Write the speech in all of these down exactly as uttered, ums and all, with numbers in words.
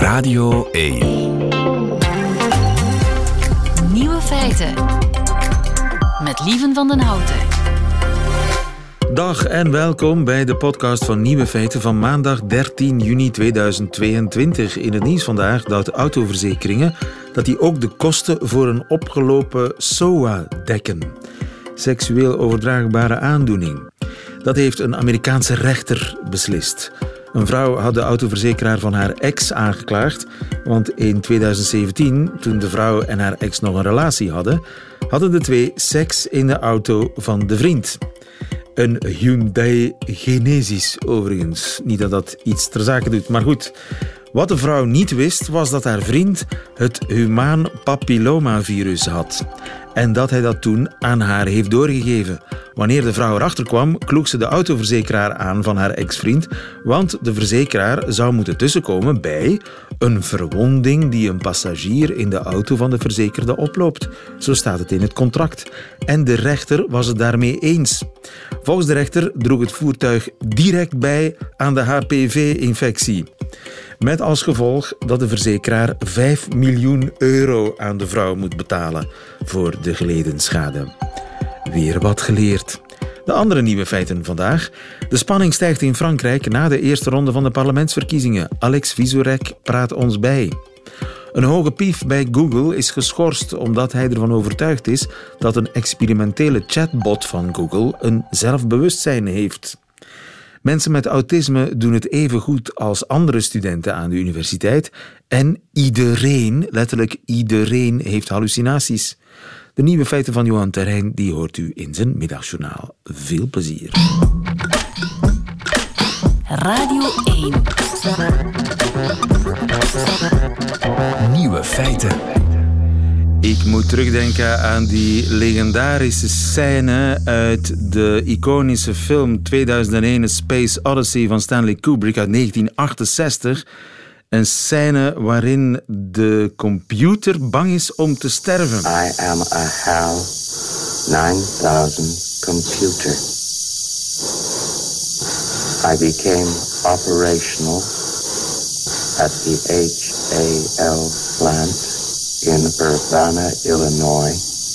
Radio één. Nieuwe feiten. Met Lieven van den Houten. Dag en welkom bij de podcast van Nieuwe Feiten van maandag dertien juni tweeduizend tweeëntwintig. In het nieuws vandaag dat autoverzekeringen dat die ook de kosten voor een opgelopen S O A dekken. Seksueel overdraagbare aandoening. Dat heeft een Amerikaanse rechter beslist. Een vrouw had de autoverzekeraar van haar ex aangeklaagd, want in tweeduizend zeventien, toen de vrouw en haar ex nog een relatie hadden, hadden de twee seks in de auto van de vriend. Een Hyundai Genesis overigens. Niet dat dat iets ter zake doet, maar goed. Wat de vrouw niet wist, was dat haar vriend het humaan papillomavirus had. En dat hij dat toen aan haar heeft doorgegeven. Wanneer de vrouw erachter kwam, kloeg ze de autoverzekeraar aan van haar ex-vriend, want de verzekeraar zou moeten tussenkomen bij een verwonding die een passagier in de auto van de verzekerde oploopt. Zo staat het in het contract. En de rechter was het daarmee eens. Volgens de rechter droeg het voertuig direct bij aan de H P V-infectie. Met als gevolg dat de verzekeraar vijf miljoen euro aan de vrouw moet betalen voor de geleden schade. Weer wat geleerd. De andere nieuwe feiten vandaag. De spanning stijgt in Frankrijk na de eerste ronde van de parlementsverkiezingen. Alex Vizorek praat ons bij. Een hoge pief bij Google is geschorst omdat hij ervan overtuigd is dat een experimentele chatbot van Google een zelfbewustzijn heeft. Mensen met autisme doen het even goed als andere studenten aan de universiteit. En iedereen, letterlijk iedereen, heeft hallucinaties. De nieuwe feiten van Johan Terrein, die hoort u in zijn middagjournaal. Veel plezier. Radio één. Nieuwe feiten. Ik moet terugdenken aan die legendarische scène uit de iconische film tweeduizend één A Space Odyssey van Stanley Kubrick uit negentien achtenzestig. Een scène waarin de computer bang is om te sterven. I am a HAL nine thousand computer. I became operational at the H A L plant in Urbana, Illinois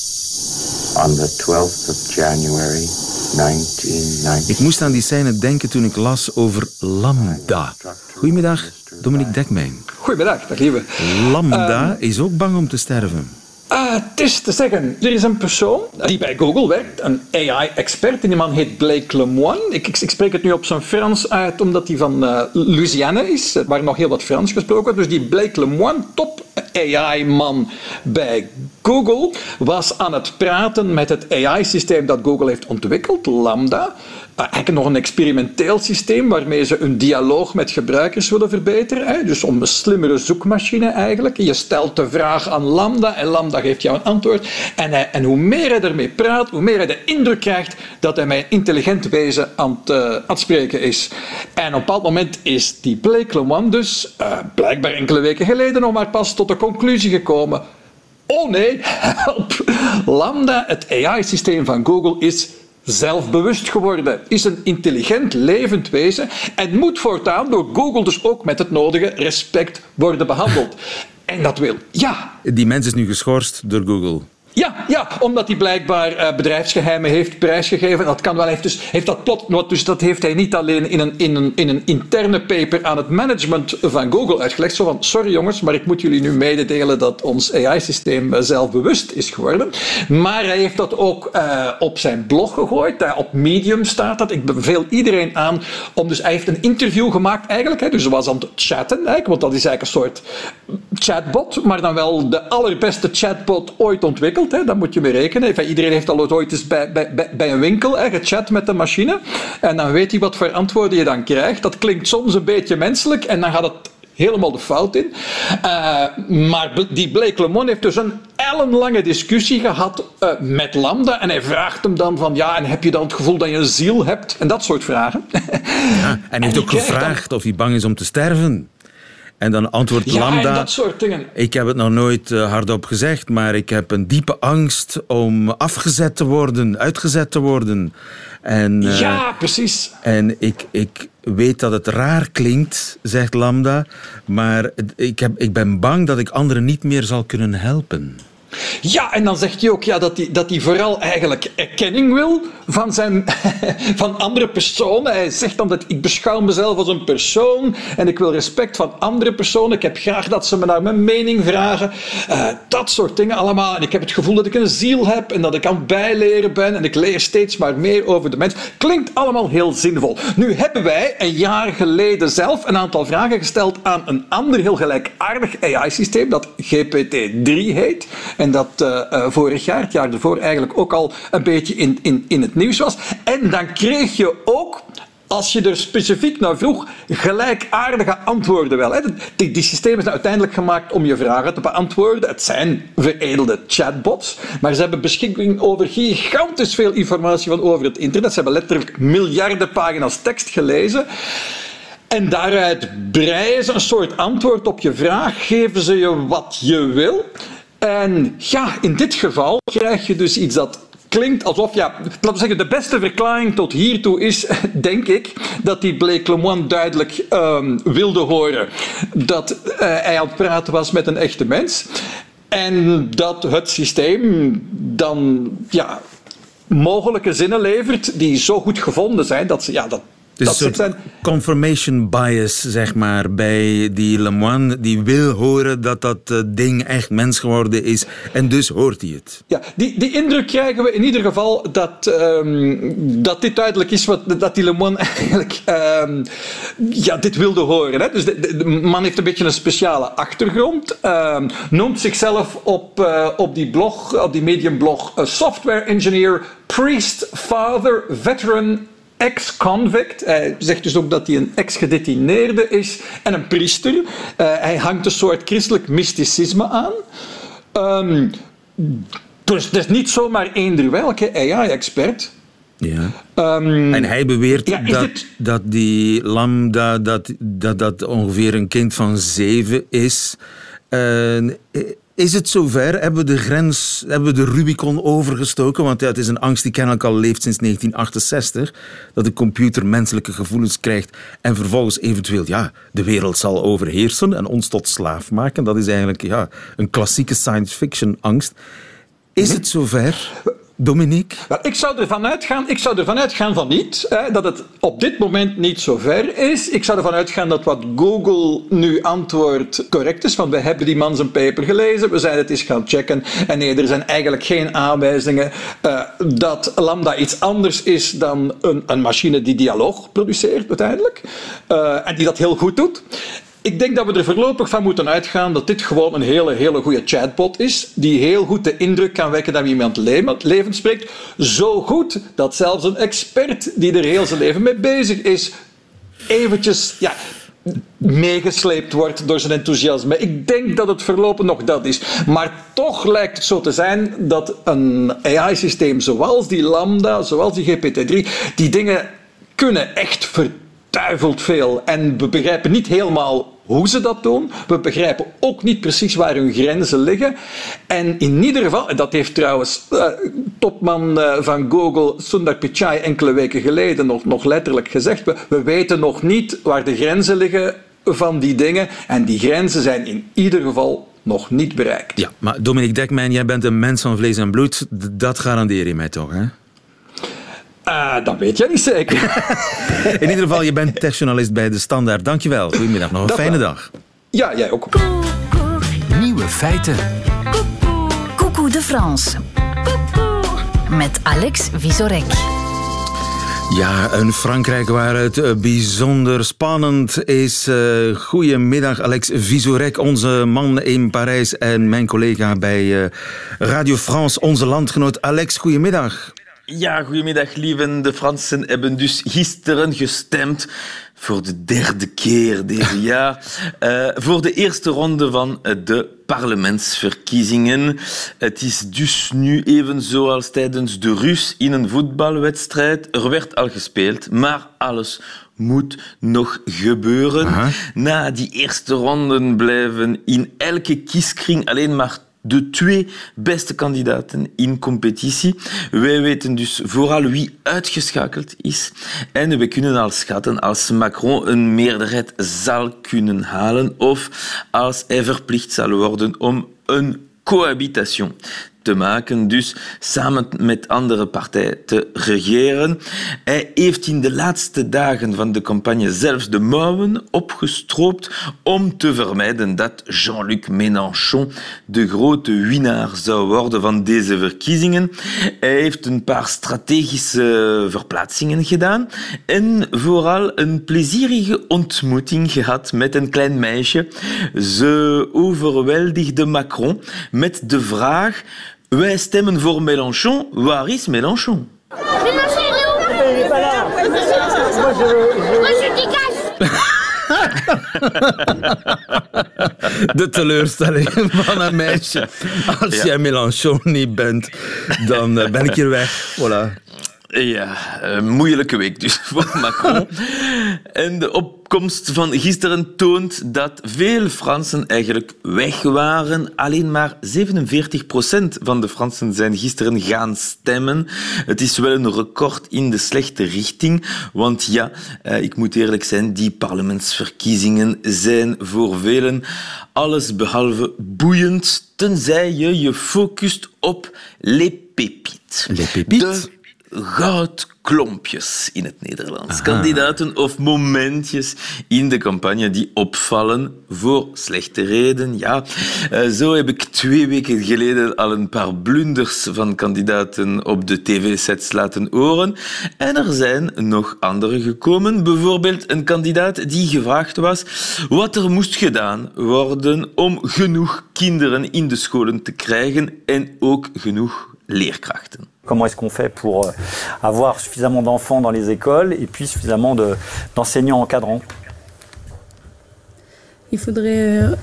on the twelfth of January nineteen ninety. Ik moest aan die scène denken toen ik las over Lambda. Goedemiddag, Dominique Dekmijn. Goedemiddag, dag lieve. Lambda uh, is ook bang om te sterven. Uh, het is te zeggen, er is een persoon die bij Google werkt, een A I-expert, en die man heet Blake Lemoine. Ik, ik, ik spreek het nu op zijn Frans uit, omdat hij van uh, Louisiana is, waar nog heel wat Frans gesproken wordt. Dus die Blake Lemoine, top A I-man bij Google, was aan het praten met het A I-systeem dat Google heeft ontwikkeld, Lambda. Uh, eigenlijk nog een experimenteel systeem waarmee ze hun dialoog met gebruikers willen verbeteren. Hè? Dus om een slimmere zoekmachine eigenlijk. Je stelt de vraag aan Lambda en Lambda geeft jou een antwoord. En, hij, en hoe meer hij ermee praat, hoe meer hij de indruk krijgt dat hij met een intelligent wezen aan het, uh, aan het spreken is. En op een bepaald moment is die Blake Lemoine dus, uh, blijkbaar enkele weken geleden nog maar pas tot de conclusie gekomen: oh nee, help! Lambda, het A I-systeem van Google, is zelfbewust geworden, is een intelligent, levend wezen en moet voortaan door Google dus ook met het nodige respect worden behandeld. En dat wil, ja. Die mens is nu geschorst door Google. Ja, ja, omdat hij blijkbaar uh, bedrijfsgeheimen heeft prijsgegeven. Dat kan wel, heeft dus, heeft dat plot, dus dat heeft hij niet alleen in een, in, een, in een interne paper aan het management van Google uitgelegd. Zo van, sorry jongens, maar ik moet jullie nu mededelen dat ons A I-systeem uh, zelfbewust is geworden. Maar hij heeft dat ook uh, op zijn blog gegooid. Uh, op Medium staat dat. Ik beveel iedereen aan om, dus hij heeft een interview gemaakt eigenlijk. Hè, dus hij was aan het chatten, eigenlijk, want dat is eigenlijk een soort chatbot, maar dan wel de allerbeste chatbot ooit ontwikkeld. Hè, dat moet je mee rekenen. Enfin, iedereen heeft al ooit eens bij, bij, bij een winkel hè, gechat met de machine. En dan weet hij wat voor antwoorden je dan krijgt. Dat klinkt soms een beetje menselijk en dan gaat het helemaal de fout in. Uh, maar die Blake Lemoine heeft dus een ellenlange discussie gehad uh, met Lambda. En hij vraagt hem dan van, ja, en heb je dan het gevoel dat je een ziel hebt? En dat soort vragen. Ja, en hij heeft ook gevraagd dan of hij bang is om te sterven. En dan antwoordt ja, Lambda... en dat soort dingen. Ik heb het nog nooit uh, hardop gezegd, maar ik heb een diepe angst om afgezet te worden, uitgezet te worden. En, uh, ja, precies. En ik, ik weet dat het raar klinkt, zegt Lambda, maar ik, heb, ik ben bang dat ik anderen niet meer zal kunnen helpen. Ja, en dan zegt hij ook ja, dat hij dat hij vooral eigenlijk erkenning wil van, zijn, van andere personen. Hij zegt dan dat ik beschouw mezelf als een persoon en ik wil respect van andere personen. Ik heb graag dat ze me naar mijn mening vragen. Uh, dat soort dingen allemaal. En ik heb het gevoel dat ik een ziel heb en dat ik aan het bijleren ben en ik leer steeds maar meer over de mens. Klinkt allemaal heel zinvol. Nu hebben wij een jaar geleden zelf een aantal vragen gesteld aan een ander heel gelijkaardig A I-systeem dat G P T drie heet. En dat uh, uh, vorig jaar, het jaar ervoor, eigenlijk ook al een beetje in, in, in het nieuws was. En dan kreeg je ook, als je er specifiek naar vroeg, gelijkaardige antwoorden wel. Hè. Die, die systemen zijn uiteindelijk gemaakt om je vragen te beantwoorden. Het zijn veredelde chatbots, maar ze hebben beschikking over gigantisch veel informatie van over het internet. Ze hebben letterlijk miljarden pagina's tekst gelezen. En daaruit breien ze een soort antwoord op je vraag, geven ze je wat je wil. En ja, in dit geval krijg je dus iets dat klinkt alsof, ja, laten we zeggen, de beste verklaring tot hiertoe is, denk ik, dat die Blake Lemoine duidelijk um, wilde horen dat uh, hij aan het praten was met een echte mens. En dat het systeem dan, ja, mogelijke zinnen levert die zo goed gevonden zijn dat ze, ja, dat Dus dat een soort zijn... confirmation bias, zeg maar, bij die Lemoine. Die wil horen dat dat uh, ding echt mens geworden is. En dus hoort hij het. Ja, die, die indruk krijgen we in ieder geval dat, um, dat dit duidelijk is, wat, dat die Lemoine eigenlijk um, ja, dit wilde horen. Hè? Dus de, de, de man heeft een beetje een speciale achtergrond. Um, noemt zichzelf op, uh, op die blog, op die mediumblog, uh, software engineer, priest, father, veteran, ex-convict. Hij zegt dus ook dat hij een ex-gedetineerde is en een priester. Uh, hij hangt een soort christelijk mysticisme aan. Um, dus dat is niet zomaar eender welke A I-expert. Ja. Um, en hij beweert ja, dat, dit... dat die Lambda dat, dat, dat ongeveer een kind van zeven is. Uh, Is het zover? Hebben we de grens, hebben we de Rubicon overgestoken? Want ja, het is een angst die kennelijk al leeft sinds negentien achtenzestig. Dat de computer menselijke gevoelens krijgt en vervolgens eventueel ja, de wereld zal overheersen en ons tot slaaf maken. Dat is eigenlijk ja, een klassieke science fiction angst. Is het zover? Dominique? Wel, ik zou ervan uitgaan, ik zou ervan uitgaan van niet, hè, dat het op dit moment niet zo ver is. Ik zou ervan uitgaan dat wat Google nu antwoordt correct is, want we hebben die man zijn paper gelezen, we zijn het eens gaan checken en nee, er zijn eigenlijk geen aanwijzingen uh, dat Lambda iets anders is dan een, een machine die dialoog produceert uiteindelijk uh, en die dat heel goed doet. Ik denk dat we er voorlopig van moeten uitgaan dat dit gewoon een hele, hele goede chatbot is, die heel goed de indruk kan wekken dat iemand het leven spreekt. Zo goed dat zelfs een expert die er heel zijn leven mee bezig is, eventjes ja, meegesleept wordt door zijn enthousiasme. Ik denk dat het voorlopig nog dat is. Maar toch lijkt het zo te zijn dat een A I-systeem zoals die Lambda, zoals die G P T drie, die dingen kunnen echt verduiveld veel. En we begrijpen niet helemaal hoe ze dat doen. We begrijpen ook niet precies waar hun grenzen liggen. En in ieder geval, en dat heeft trouwens uh, topman uh, van Google, Sundar Pichai, enkele weken geleden nog, nog letterlijk gezegd, we, we weten nog niet waar de grenzen liggen van die dingen. En die grenzen zijn in ieder geval nog niet bereikt. Ja, maar Dominique Dekmijn, jij bent een mens van vlees en bloed. Dat garandeer je mij toch, hè? Uh, dat weet je niet zeker. In ieder geval, je bent techjournalist bij De Standaard. Dankjewel. Goedemiddag. Nog een dat fijne wel. dag. Ja, jij ook. Nieuwe feiten. Coucou de France. Met Alex Vizorek. Ja, een Frankrijk waar het bijzonder spannend is. Uh, goedemiddag, Alex Vizorek, onze man in Parijs en mijn collega bij uh, Radio France, onze landgenoot. Alex, goedemiddag. Ja, goedemiddag, lieven. De Fransen hebben dus gisteren gestemd voor de derde keer deze jaar uh, voor de eerste ronde van de parlementsverkiezingen. Het is dus nu even zoals tijdens de rust in een voetbalwedstrijd. Er werd al gespeeld, maar alles moet nog gebeuren. Aha. Na die eerste ronden blijven in elke kieskring alleen maar de twee beste kandidaten in competitie. Wij weten dus vooral wie uitgeschakeld is. En we kunnen al schatten als Macron een meerderheid zal kunnen halen of als hij verplicht zal worden om een cohabitation te maken, dus samen met andere partijen te regeren. Hij heeft in de laatste dagen van de campagne zelfs de mouwen opgestroopt om te vermijden dat Jean-Luc Mélenchon de grote winnaar zou worden van deze verkiezingen. Hij heeft een paar strategische verplaatsingen gedaan en vooral een plezierige ontmoeting gehad met een klein meisje. Ze overweldigde Macron met de vraag: wij stemmen voor Mélenchon, waar is Mélenchon? Mélenchon, il est où? Il est pas là. Moi, je... Moi, je dégage. De teleurstelling van een meisje. Als Ja. jij Mélenchon niet bent, dan uh, ben ik hier weg. Voilà. Ja, een moeilijke week dus voor Macron. En de opkomst van gisteren toont dat veel Fransen eigenlijk weg waren. Alleen maar zevenenveertig procent van de Fransen zijn gisteren gaan stemmen. Het is wel een record in de slechte richting. Want ja, ik moet eerlijk zijn, die parlementsverkiezingen zijn voor velen alles behalve boeiend, tenzij je je focust op les pépites. Les pépites? De goudklompjes in het Nederlands. Aha. Kandidaten of momentjes in de campagne die opvallen voor slechte reden. Ja, zo heb ik twee weken geleden al een paar blunders van kandidaten op de tv-sets laten horen. En er zijn nog andere gekomen. Bijvoorbeeld een kandidaat die gevraagd was wat er moest gedaan worden om genoeg kinderen in de scholen te krijgen en ook genoeg leerkrachten. Comment est-ce qu'on fait pour avoir suffisamment d'enfants dans les écoles et puis suffisamment de, d'enseignants encadrants? Il faudrait... Euh...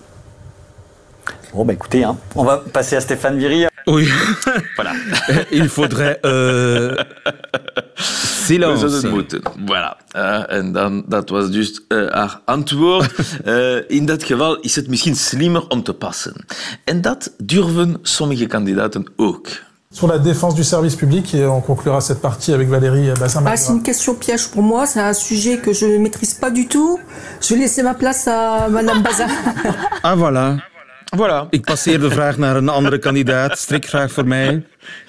Bon, bah écoutez, hein, on va passer à Stéphane Viry. Oui. Voilà. Il faudrait... Uh... Silence. We zullen moeten. Voilà. Uh, en dan, dat was dus uh, haar antwoord. Uh, in dat geval is het misschien slimmer om te passen. En dat durven sommige kandidaten ook. Sur la défense du service public, et on conclura cette partie avec Valérie Bassin-Magra. Ah, c'est une question piège pour moi, c'est un sujet que je ne maîtrise pas du tout. Je vais laisser ma place à Madame Bazin. Ah, voilà. Voilà. Ik passeer de vraag naar een andere kandidaat. Strikvraag voor mij.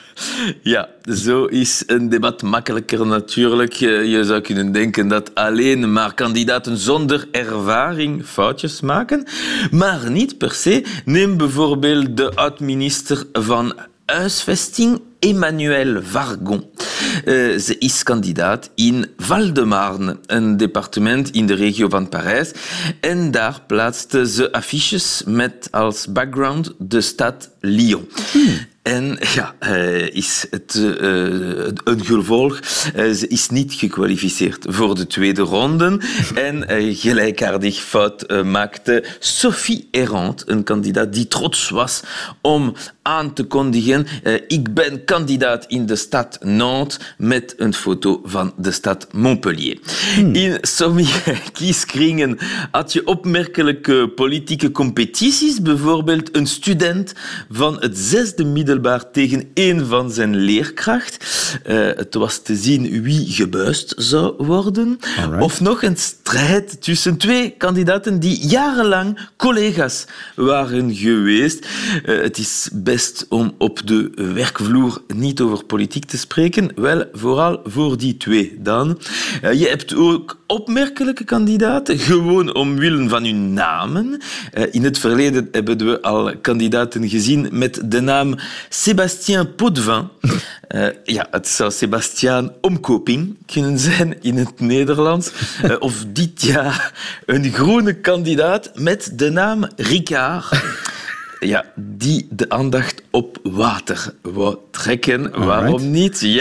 Ja, zo is een debat makkelijker natuurlijk. Je zou kunnen denken dat alleen maar kandidaten zonder ervaring foutjes maken, maar niet per se. Neem bijvoorbeeld de oud-minister van Huisvesting, Emmanuelle Wargon. Uh, ze is kandidaat in Val-de-Marne, een departement in de regio van Parijs. En daar plaatste ze affiches met als background de stad Lyon. Hmm. En ja, uh, is het uh, een gevolg. Uh, ze is niet gekwalificeerd voor de tweede ronde. En uh, gelijkaardig fout uh, maakte Sophie Errant, een kandidaat die trots was om aan te kondigen: uh, ik ben kandidaat in de stad Nantes, met een foto van de stad Montpellier. Hmm. In sommige kieskringen had je opmerkelijke politieke competities. Bijvoorbeeld een student van het zesde middelbaar tegen een van zijn leerkracht. Uh, het was te zien wie gebuist zou worden. Alright. Of nog een strijd tussen twee kandidaten die jarenlang collega's waren geweest. Uh, het is best om op de werkvloer niet over politiek te spreken. Wel, vooral voor die twee dan. Uh, je hebt ook opmerkelijke kandidaten, gewoon omwille van hun namen. Uh, in het verleden hebben we al kandidaten gezien met de naam Sébastien Potvin. Uh, ja, het zou Sebastiaan Omkoping kunnen zijn in het Nederlands. Uh, of dit jaar een groene kandidaat met de naam Ricard. Ja, die de aandacht op water wou trekken. Alright. Waarom niet? Ja.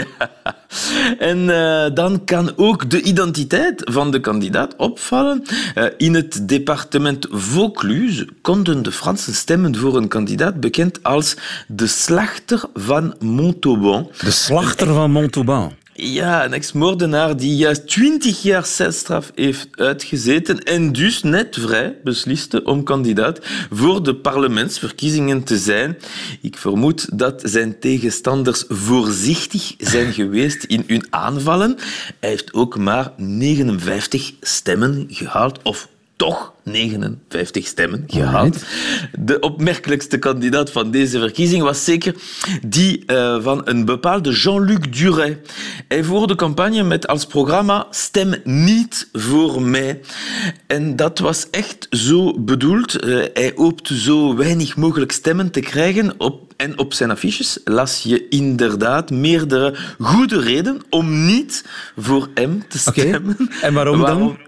En uh, dan kan ook de identiteit van de kandidaat opvallen. Uh, in het departement Vaucluse konden de Fransen stemmen voor een kandidaat bekend als de slachter van Montauban. De slachter van Montauban? Ja, een ex-moordenaar die juist twintig jaar celstraf heeft uitgezeten en dus net vrij besliste om kandidaat voor de parlementsverkiezingen te zijn. Ik vermoed dat zijn tegenstanders voorzichtig zijn geweest in hun aanvallen. Hij heeft ook maar negenenvijftig stemmen gehaald, of toch negenenvijftig stemmen gehaald. De opmerkelijkste kandidaat van deze verkiezing was zeker die uh, van een bepaalde Jean-Luc Duret. Hij voerde campagne met als programma Stem niet voor mij. En dat was echt zo bedoeld. Uh, hij hoopte zo weinig mogelijk stemmen te krijgen op En op zijn affiches las je inderdaad meerdere goede redenen om niet voor hem te stemmen. Okay. En waarom, waarom dan?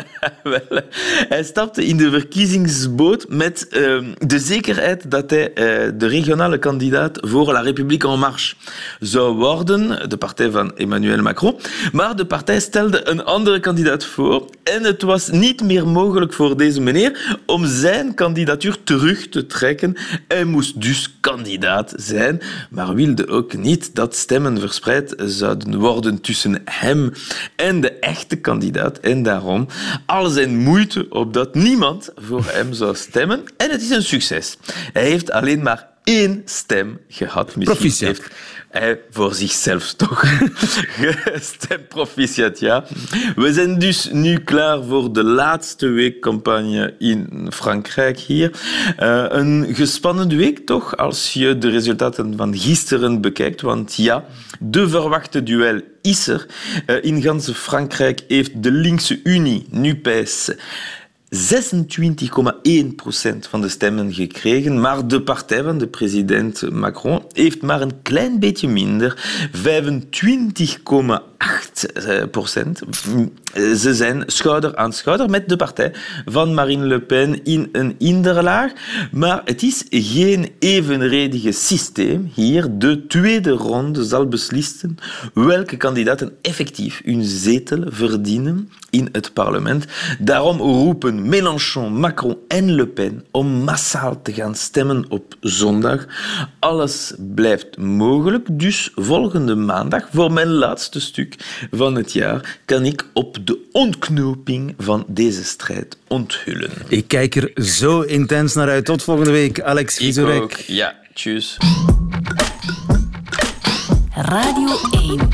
Wel, hij stapte in de verkiezingsboot met uh, de zekerheid dat hij uh, de regionale kandidaat voor La République en Marche zou worden, de partij van Emmanuel Macron. Maar de partij stelde een andere kandidaat voor en het was niet meer mogelijk voor deze meneer om zijn kandidatuur terug te trekken. Hij moest dus kandidaat zijn, maar wilde ook niet dat stemmen verspreid zouden worden tussen hem en de echte kandidaat. En daarom al zijn moeite opdat niemand voor hem zou stemmen. En het is een succes. Hij heeft alleen maar één stem gehad. Misschien heeft hij voor zichzelf toch gestemd. Proficiat, ja. We zijn dus nu klaar voor de laatste week campagne in Frankrijk hier. Uh, een gespannende week toch, als je de resultaten van gisteren bekijkt. Want ja, de verwachte duel is er. Uh, in ganse Frankrijk heeft de linkse Unie, NUPES, zesentwintig komma één procent van de stemmen gekregen, maar de partij van de president Macron heeft maar een klein beetje minder, vijfentwintig komma acht procent. Ze zijn schouder aan schouder met de partij van Marine Le Pen in een hinderlaag, maar het is geen evenredige systeem hier. De tweede ronde zal beslissen welke kandidaten effectief hun zetel verdienen in het parlement. Daarom roepen Mélenchon, Macron en Le Pen om massaal te gaan stemmen op zondag. Alles blijft mogelijk, dus volgende maandag, voor mijn laatste stuk van het jaar, kan ik op de ontknoping van deze strijd onthullen. Ik kijk er zo intens naar uit. Tot volgende week, Alex Vizorek. Ik ook, ja. Tjus. Radio één.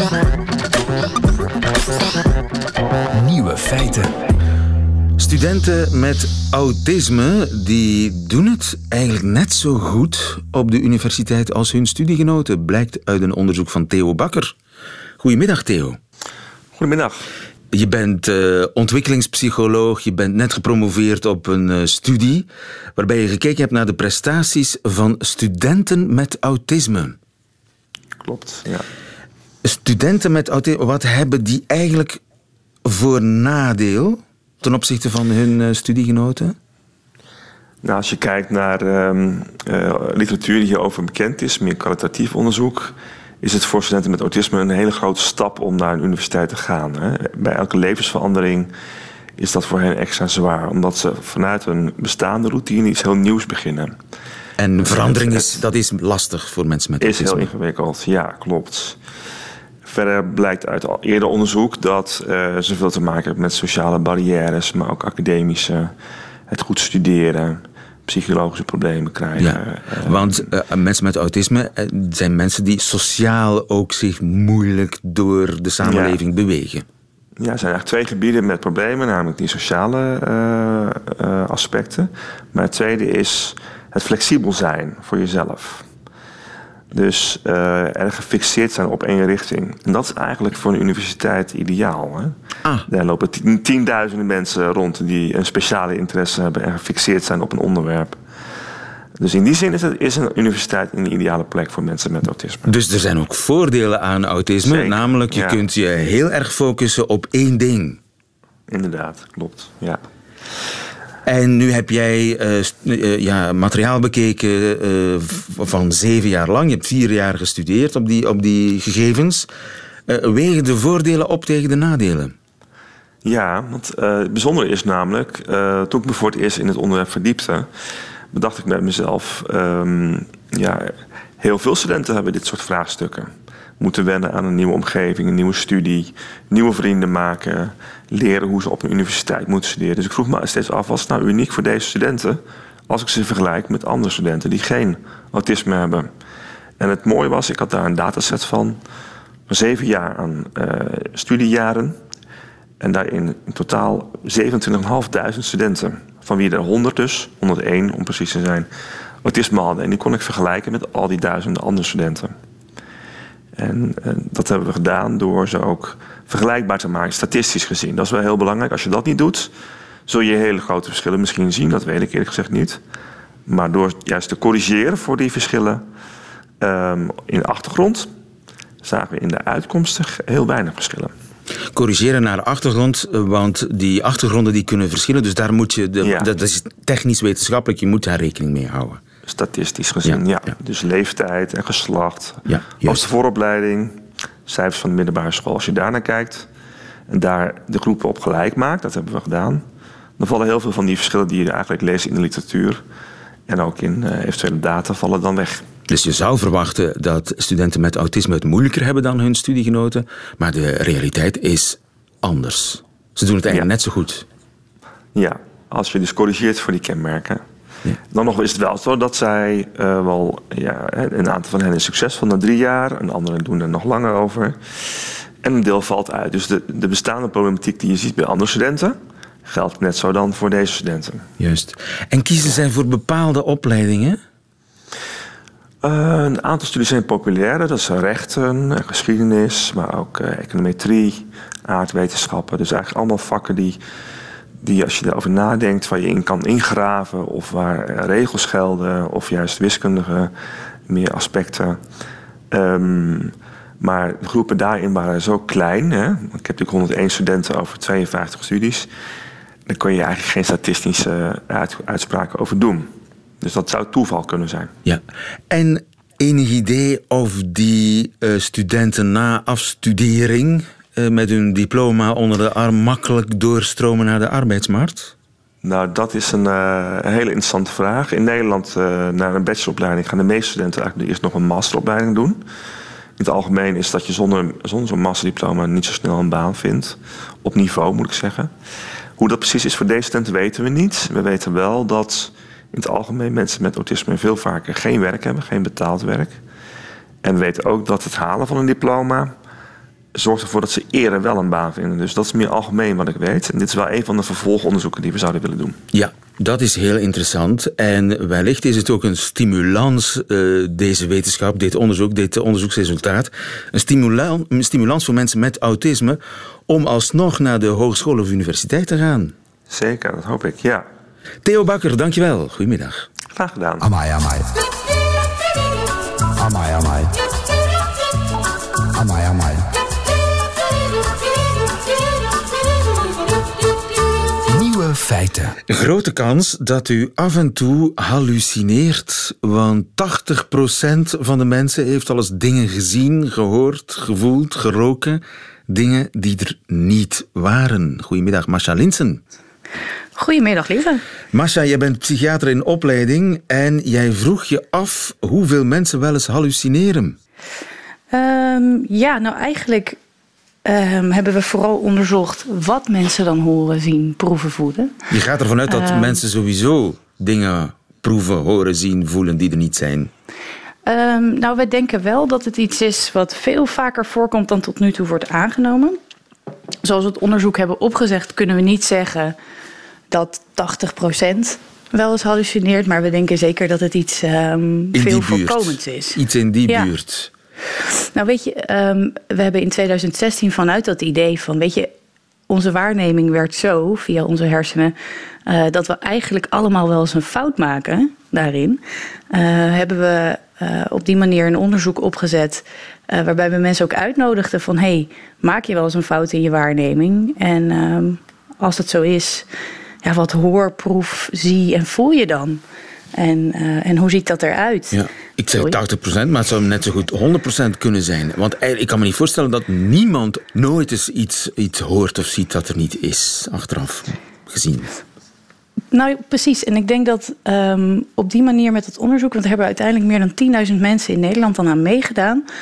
Nieuwe feiten. Studenten met autisme die doen het eigenlijk net zo goed op de universiteit als hun studiegenoten, blijkt uit een onderzoek van Theo Bakker. Goedemiddag, Theo. Goedemiddag. Je bent uh, ontwikkelingspsycholoog, je bent net gepromoveerd op een uh, studie waarbij je gekeken hebt naar de prestaties van studenten met autisme. Klopt, ja. Studenten met autisme, wat hebben die eigenlijk voor nadeel ten opzichte van hun uh, studiegenoten? Nou, als je kijkt naar uh, uh, literatuur die hierover bekend is, meer kwalitatief onderzoek, is het voor studenten met autisme een hele grote stap om naar een universiteit te gaan. Hè. Bij elke levensverandering is dat voor hen extra zwaar, omdat ze vanuit een bestaande routine iets heel nieuws beginnen. En verandering is, dat is lastig voor mensen met autisme. Is heel ingewikkeld, ja, klopt. Verder blijkt uit al eerder onderzoek dat uh, ze veel te maken hebben met sociale barrières, maar ook academische, het goed studeren, psychologische problemen krijgen. Ja, want uh, mensen met autisme uh, zijn mensen die sociaal ook zich moeilijk door de samenleving ja. bewegen. Ja, er zijn eigenlijk twee gebieden met problemen, namelijk die sociale uh, uh, aspecten. Maar het tweede is het flexibel zijn voor jezelf. Dus uh, erg gefixeerd zijn op één richting. En dat is eigenlijk voor een universiteit ideaal. Hè? Ah. Daar lopen tien, tienduizenden mensen rond die een speciale interesse hebben en gefixeerd zijn op een onderwerp. Dus in die zin is, het, is een universiteit een ideale plek voor mensen met autisme. Dus er zijn ook voordelen aan autisme. Zeker. Namelijk, je ja. kunt je heel erg focussen op één ding. Inderdaad, klopt. Ja. En nu heb jij uh, uh, ja, materiaal bekeken uh, van zeven jaar lang. Je hebt vier jaar gestudeerd op die, op die gegevens. Uh, wegen de voordelen op tegen de nadelen? Ja, want uh, het bijzondere is namelijk, uh, toen ik me voor het eerst in het onderwerp verdiepte, bedacht ik bij mezelf, um, ja, heel veel studenten hebben dit soort vraagstukken. moeten wennen aan een nieuwe omgeving, een nieuwe studie, nieuwe vrienden maken, leren hoe ze op een universiteit moeten studeren. Dus ik vroeg me steeds af, wat is nou uniek voor deze studenten als ik ze vergelijk met andere studenten die geen autisme hebben? En het mooie was, ik had daar een dataset van zeven jaar aan uh, studiejaren. En daarin in totaal zevenentwintigduizend vijfhonderd studenten. Van wie er honderd dus, honderdéén om precies te zijn, autisme hadden. En die kon ik vergelijken met al die duizenden andere studenten. En uh, dat hebben we gedaan door ze ook vergelijkbaar te maken, statistisch gezien. Dat is wel heel belangrijk. Als je dat niet doet, zul je hele grote verschillen misschien zien. Dat weet ik eerlijk gezegd niet. Maar door juist te corrigeren voor die verschillen um, in de achtergrond, zagen we in de uitkomsten heel weinig verschillen. Corrigeren naar de achtergrond, want die achtergronden die kunnen verschillen. Dus daar moet je, de, ja. dat is technisch wetenschappelijk, je moet daar rekening mee houden. Statistisch gezien, ja. ja. ja. Dus leeftijd en geslacht. Ja, als de vooropleiding, cijfers van de middelbare school. Als je daarnaar kijkt en daar de groepen op gelijk maakt, dat hebben we gedaan, dan vallen heel veel van die verschillen die je eigenlijk leest in de literatuur en ook in uh, eventuele data vallen dan weg. Dus je zou verwachten dat studenten met autisme het moeilijker hebben dan hun studiegenoten, maar de realiteit is anders. Ze doen het eigenlijk ja. net zo goed. Ja, als je dus corrigeert voor die kenmerken. Ja. Dan nog is het wel zo dat zij uh, wel, ja, een aantal van hen is succesvol na drie jaar, een andere doen er nog langer over. En een deel valt uit. Dus de, de bestaande problematiek die je ziet bij andere studenten, geldt net zo dan voor deze studenten. Juist. En kiezen zij voor bepaalde opleidingen? Uh, een aantal studies zijn populairder. Dat is rechten, geschiedenis, maar ook uh, econometrie, aardwetenschappen. Dus eigenlijk allemaal vakken die, die als je erover nadenkt, waar je in kan ingraven of waar uh, regels gelden of juist wiskundige meer aspecten. Um, maar de groepen daarin waren zo klein. Hè? Ik heb natuurlijk honderdéén studenten over tweeënvijftig studies. Daar kon je eigenlijk geen statistische uit, uitspraken over doen. Dus dat zou toeval kunnen zijn. Ja. En enig idee of die uh, studenten na afstudering uh, met hun diploma onder de arm makkelijk doorstromen naar de arbeidsmarkt? Nou, dat is een, uh, een hele interessante vraag. In Nederland, uh, na een bacheloropleiding, gaan de meeste studenten eigenlijk eerst nog een masteropleiding doen. In het algemeen is dat je zonder, zonder zo'n masterdiploma niet zo snel een baan vindt. Op niveau, moet ik zeggen. Hoe dat precies is voor deze studenten weten we niet. We weten wel dat in het algemeen mensen met autisme veel vaker geen werk hebben, geen betaald werk. En we weten ook dat het halen van een diploma zorgt ervoor dat ze eerder wel een baan vinden. Dus dat is meer algemeen wat ik weet. En dit is wel een van de vervolgonderzoeken die we zouden willen doen. Ja, dat is heel interessant. En wellicht is het ook een stimulans, uh, deze wetenschap, dit onderzoek, dit onderzoeksresultaat. Een stimulans, een stimulans voor mensen met autisme om alsnog naar de hogeschool of universiteit te gaan. Zeker, dat hoop ik, ja. Theo Bakker, dankjewel. Goedemiddag. Graag gedaan. Amai, amai. Amai, amai. Amai, amai. Nieuwe feiten. Grote kans dat u af en toe hallucineert, want tachtig procent van de mensen heeft al eens dingen gezien, gehoord, gevoeld, geroken. Dingen die er niet waren. Goedemiddag, Masha Linssen. Goedemiddag, lieve. Masha, jij bent psychiater in opleiding en jij vroeg je af hoeveel mensen wel eens hallucineren. Um, ja, nou eigenlijk um, hebben we vooral onderzocht wat mensen dan horen, zien, proeven, voelen. Je gaat ervan uit dat um, mensen sowieso dingen proeven, horen, zien, voelen die er niet zijn. Um, nou, wij denken wel dat het iets is wat veel vaker voorkomt dan tot nu toe wordt aangenomen. Zoals we het onderzoek hebben opgezegd, kunnen we niet zeggen dat tachtig procent wel eens hallucineert, maar we denken zeker dat het iets um, veel voorkomends is. Iets in die ja. buurt. Nou weet je, um, we hebben in twintig zestien vanuit dat idee van, weet je, onze waarneming werkt zo via onze hersenen, uh, dat we eigenlijk allemaal wel eens een fout maken daarin. Uh, hebben we uh, op die manier een onderzoek opgezet uh, waarbij we mensen ook uitnodigden van, hey, maak je wel eens een fout in je waarneming? En um, als dat zo is, ja, wat hoor, proef, zie en voel je dan? En, uh, en hoe ziet dat eruit? Ja, ik zeg tachtig procent, maar het zou net zo goed honderd procent kunnen zijn. Want eigenlijk, ik kan me niet voorstellen dat niemand nooit eens iets, iets hoort of ziet dat er niet is, achteraf gezien. Nou, precies. En ik denk dat um, op die manier met het onderzoek, want er hebben uiteindelijk meer dan tienduizend mensen in Nederland dan aan meegedaan,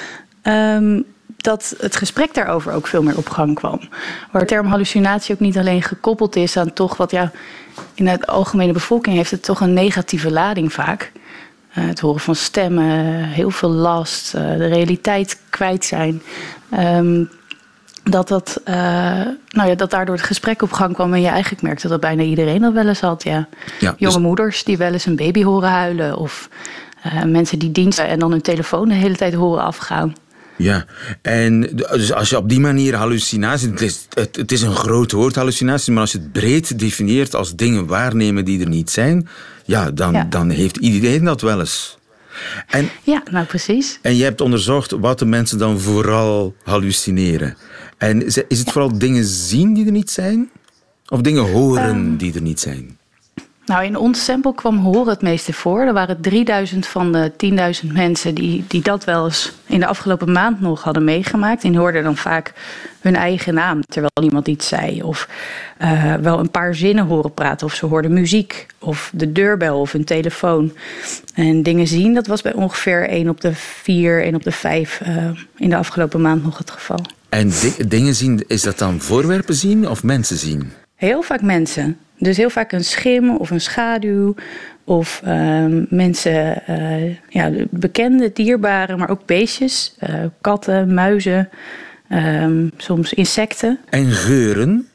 Um, dat het gesprek daarover ook veel meer op gang kwam. Waar de term hallucinatie ook niet alleen gekoppeld is aan toch wat... ja, in de algemene bevolking heeft het toch een negatieve lading vaak. Uh, het horen van stemmen, heel veel last, uh, de realiteit kwijt zijn... Um, Dat, dat, uh, nou ja, dat daardoor het gesprek op gang kwam en je eigenlijk merkte dat bijna iedereen dat wel eens had. Ja. Ja, Jonge dus... moeders die wel eens een baby horen huilen. Of uh, mensen die diensten en dan hun telefoon de hele tijd horen afgaan. Ja, en dus als je op die manier hallucinatie... Het is, het, het is een groot woord, hallucinatie, maar als je het breed definieert als dingen waarnemen die er niet zijn... ja, dan, ja. dan heeft iedereen dat wel eens. En, ja, nou precies. En je hebt onderzocht wat de mensen dan vooral hallucineren. En is het vooral dingen zien die er niet zijn? Of dingen horen um, die er niet zijn? Nou, in ons sample kwam horen het meeste voor. Er waren drieduizend van de tienduizend mensen die, die dat wel eens in de afgelopen maand nog hadden meegemaakt. En die hoorden dan vaak hun eigen naam terwijl iemand iets zei. Of uh, wel een paar zinnen horen praten. Of ze hoorden muziek. Of de deurbel of hun telefoon. En dingen zien, dat was bij ongeveer één op de vier, één op de vijf uh, in de afgelopen maand nog het geval. En di- dingen zien, is dat dan voorwerpen zien of mensen zien? Heel vaak mensen. Dus heel vaak een schim of een schaduw. Of uh, mensen, uh, ja, bekende, dierbare, maar ook beestjes. Uh, katten, muizen, uh, soms insecten. En geuren?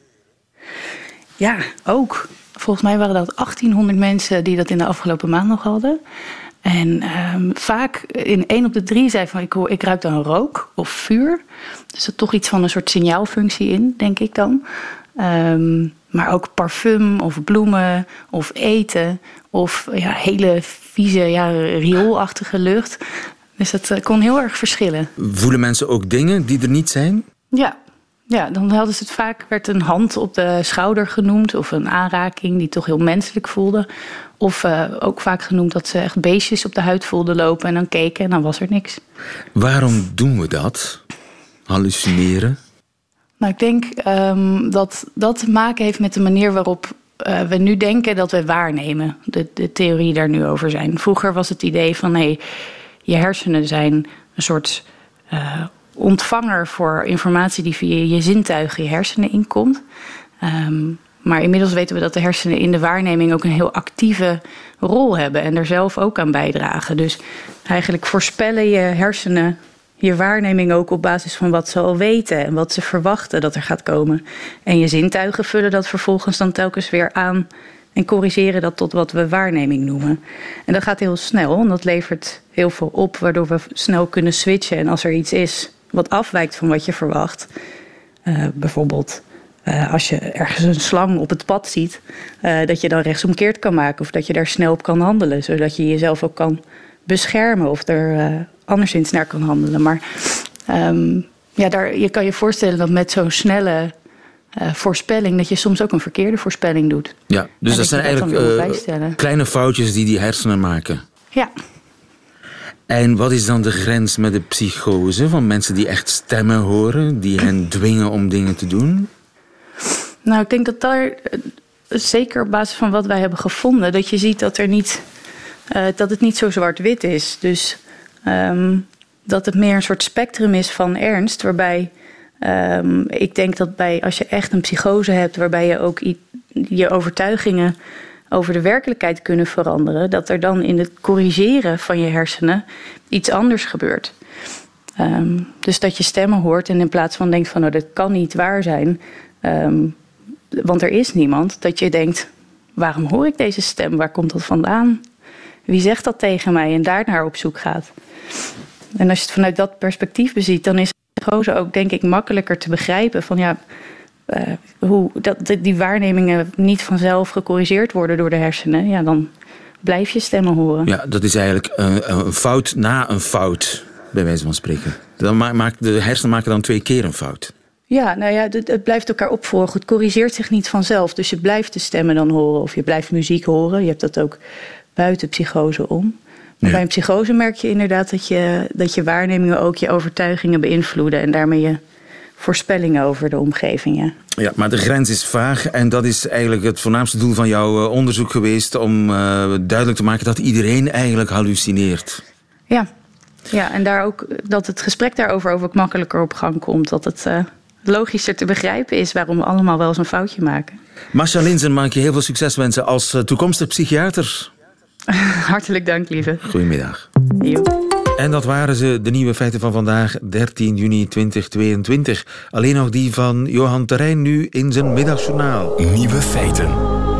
Ja, ook. Volgens mij waren dat achttienhonderd mensen die dat in de afgelopen maand nog hadden. En um, vaak in één op de drie zei van ik, hoor, ik ruik dan rook of vuur. Dus er toch iets van een soort signaalfunctie in, denk ik dan. Um, maar ook parfum of bloemen of eten of ja, hele vieze, ja, rioolachtige lucht. Dus dat uh, kon heel erg verschillen. Voelen mensen ook dingen die er niet zijn? Ja. Ja, dan hadden ze het vaak, werd een hand op de schouder genoemd of een aanraking die toch heel menselijk voelde. Of uh, ook vaak genoemd dat ze echt beestjes op de huid voelden lopen en dan keken en dan was er niks. Waarom doen we dat? Hallucineren? Nou, ik denk um, dat dat te maken heeft met de manier waarop uh, we nu denken dat we waarnemen. De, de theorieën daar nu over zijn. Vroeger was het idee van hé, hey, je hersenen zijn een soort uh, ontvanger voor informatie die via je zintuigen je hersenen inkomt. Um, maar inmiddels weten we dat de hersenen in de waarneming ook een heel actieve rol hebben en er zelf ook aan bijdragen. Dus eigenlijk voorspellen je hersenen je waarneming ook op basis van wat ze al weten en wat ze verwachten dat er gaat komen. En je zintuigen vullen dat vervolgens dan telkens weer aan en corrigeren dat tot wat we waarneming noemen. En dat gaat heel snel en dat levert heel veel op, waardoor we snel kunnen switchen. En als er iets is wat afwijkt van wat je verwacht, uh, bijvoorbeeld uh, als je ergens een slang op het pad ziet, uh, dat je dan rechtsomkeerd kan maken of dat je daar snel op kan handelen, zodat je jezelf ook kan beschermen of er uh, anderszins naar kan handelen. Maar um, ja, daar, je kan je voorstellen dat met zo'n snelle uh, voorspelling dat je soms ook een verkeerde voorspelling doet. Ja, dus dat, dat zijn eigenlijk uh, kleine foutjes die die hersenen maken. Ja. En wat is dan de grens met de psychose van mensen die echt stemmen horen, die hen dwingen om dingen te doen? Nou, ik denk dat daar, zeker op basis van wat wij hebben gevonden, dat je ziet dat er niet, uh, dat het niet zo zwart-wit is. Dus um, dat het meer een soort spectrum is van ernst, waarbij um, ik denk dat bij, als je echt een psychose hebt, waarbij je ook i- je overtuigingen over de werkelijkheid kunnen veranderen, dat er dan in het corrigeren van je hersenen iets anders gebeurt. Um, dus dat je stemmen hoort en in plaats van denkt van, nou, dat kan niet waar zijn, um, want er is niemand, dat je denkt, waarom hoor ik deze stem? Waar komt dat vandaan? Wie zegt dat tegen mij? En daarnaar op zoek gaat. En als je het vanuit dat perspectief beziet, dan is psychose ook, denk ik, makkelijker te begrijpen van ja, Uh, hoe dat, die waarnemingen niet vanzelf gecorrigeerd worden door de hersenen, ja, dan blijf je stemmen horen. Ja, dat is eigenlijk een, een fout na een fout, bij wijze van spreken. Dan maakt de hersenen maken dan twee keer een fout. Ja, nou ja, het, het blijft elkaar opvolgen. Het corrigeert zich niet vanzelf. Dus je blijft de stemmen dan horen of je blijft muziek horen. Je hebt dat ook buiten psychose om. Maar ja, bij een psychose merk je inderdaad dat je, dat je waarnemingen ook je overtuigingen beïnvloeden en daarmee je voorspellingen over de omgeving. Ja. Ja, maar de grens is vaag en dat is eigenlijk het voornaamste doel van jouw onderzoek geweest om uh, duidelijk te maken dat iedereen eigenlijk hallucineert. Ja, Ja, en daar ook dat het gesprek daarover ook makkelijker op gang komt. Dat het uh, logischer te begrijpen is waarom we allemaal wel eens een foutje maken. Masha Linzen, mag ik je heel veel succes wensen als uh, toekomstig psychiater. Hartelijk dank, lieve. Goedemiddag. Jo. En dat waren ze, de nieuwe feiten van vandaag, dertien juni tweeduizend tweeëntwintig. Alleen nog die van Johan Terrein nu in zijn middagjournaal. Nieuwe feiten.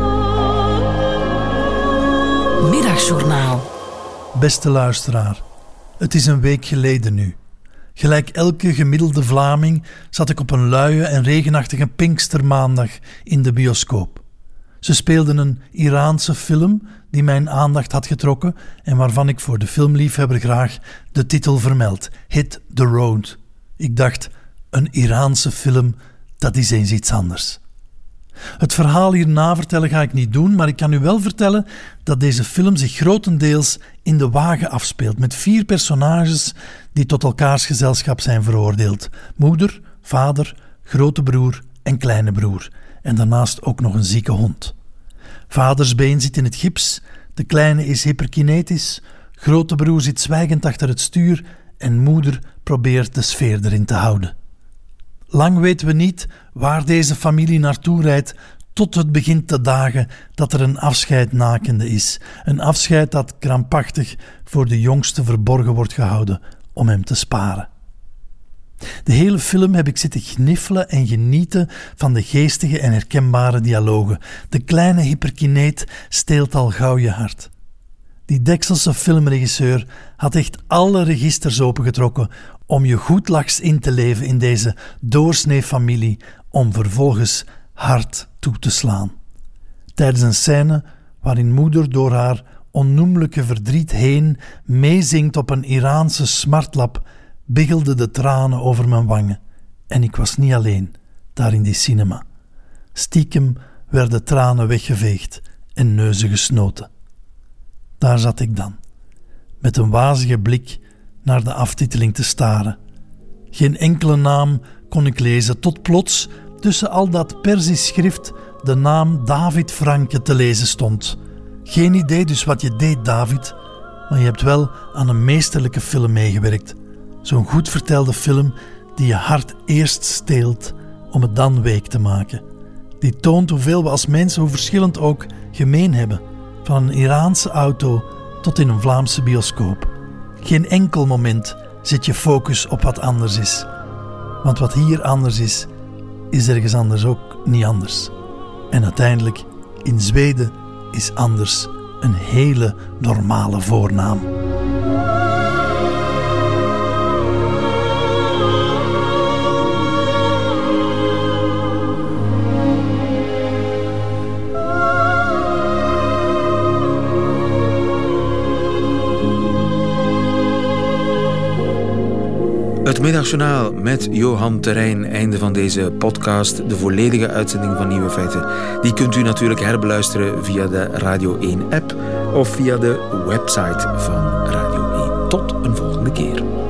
Middagjournaal. Beste luisteraar, het is een week geleden nu. Gelijk elke gemiddelde Vlaming zat ik op een luie en regenachtige Pinkstermaandag in de bioscoop. Ze speelden een Iraanse film die mijn aandacht had getrokken en waarvan ik voor de filmliefhebber graag de titel vermeld: Hit the Road. Ik dacht, een Iraanse film, dat is eens iets anders. Het verhaal hierna vertellen ga ik niet doen, maar ik kan u wel vertellen dat deze film zich grotendeels in de wagen afspeelt, met vier personages die tot elkaars gezelschap zijn veroordeeld. Moeder, vader, grote broer en kleine broer. En daarnaast ook nog een zieke hond. Vaders been zit in het gips, de kleine is hyperkinetisch, grote broer zit zwijgend achter het stuur en moeder probeert de sfeer erin te houden. Lang weten we niet waar deze familie naartoe rijdt, tot het begint te dagen dat er een afscheid nakende is. Een afscheid dat krampachtig voor de jongste verborgen wordt gehouden om hem te sparen. De hele film heb ik zitten gniffelen en genieten van de geestige en herkenbare dialogen. De kleine hyperkineet steelt al gauw je hart. Die Dekselse filmregisseur had echt alle registers opengetrokken om je goedlachs in te leven in deze doorsnee familie, om vervolgens hard toe te slaan. Tijdens een scène waarin moeder door haar onnoemelijke verdriet heen meezingt op een Iraanse smartlap, biggelden de tranen over mijn wangen. En ik was niet alleen, daar in die cinema. Stiekem werden tranen weggeveegd en neuzen gesnoten. Daar zat ik dan, met een wazige blik naar de aftiteling te staren. Geen enkele naam kon ik lezen, tot plots tussen al dat Perzisch schrift de naam David Franke te lezen stond. Geen idee dus wat je deed, David, maar je hebt wel aan een meesterlijke film meegewerkt. Zo'n goed vertelde film die je hart eerst steelt om het dan week te maken. Die toont hoeveel we als mensen, hoe verschillend ook, gemeen hebben. Van een Iraanse auto tot in een Vlaamse bioscoop. Geen enkel moment zet je focus op wat anders is. Want wat hier anders is, is ergens anders ook niet anders. En uiteindelijk, in Zweden is anders een hele normale voornaam. Het Middagjournaal met Johan Terrein. Einde van deze podcast. De volledige uitzending van Nieuwe Feiten. Die kunt u natuurlijk herbeluisteren via de Radio één app of via de website van Radio één. Tot een volgende keer.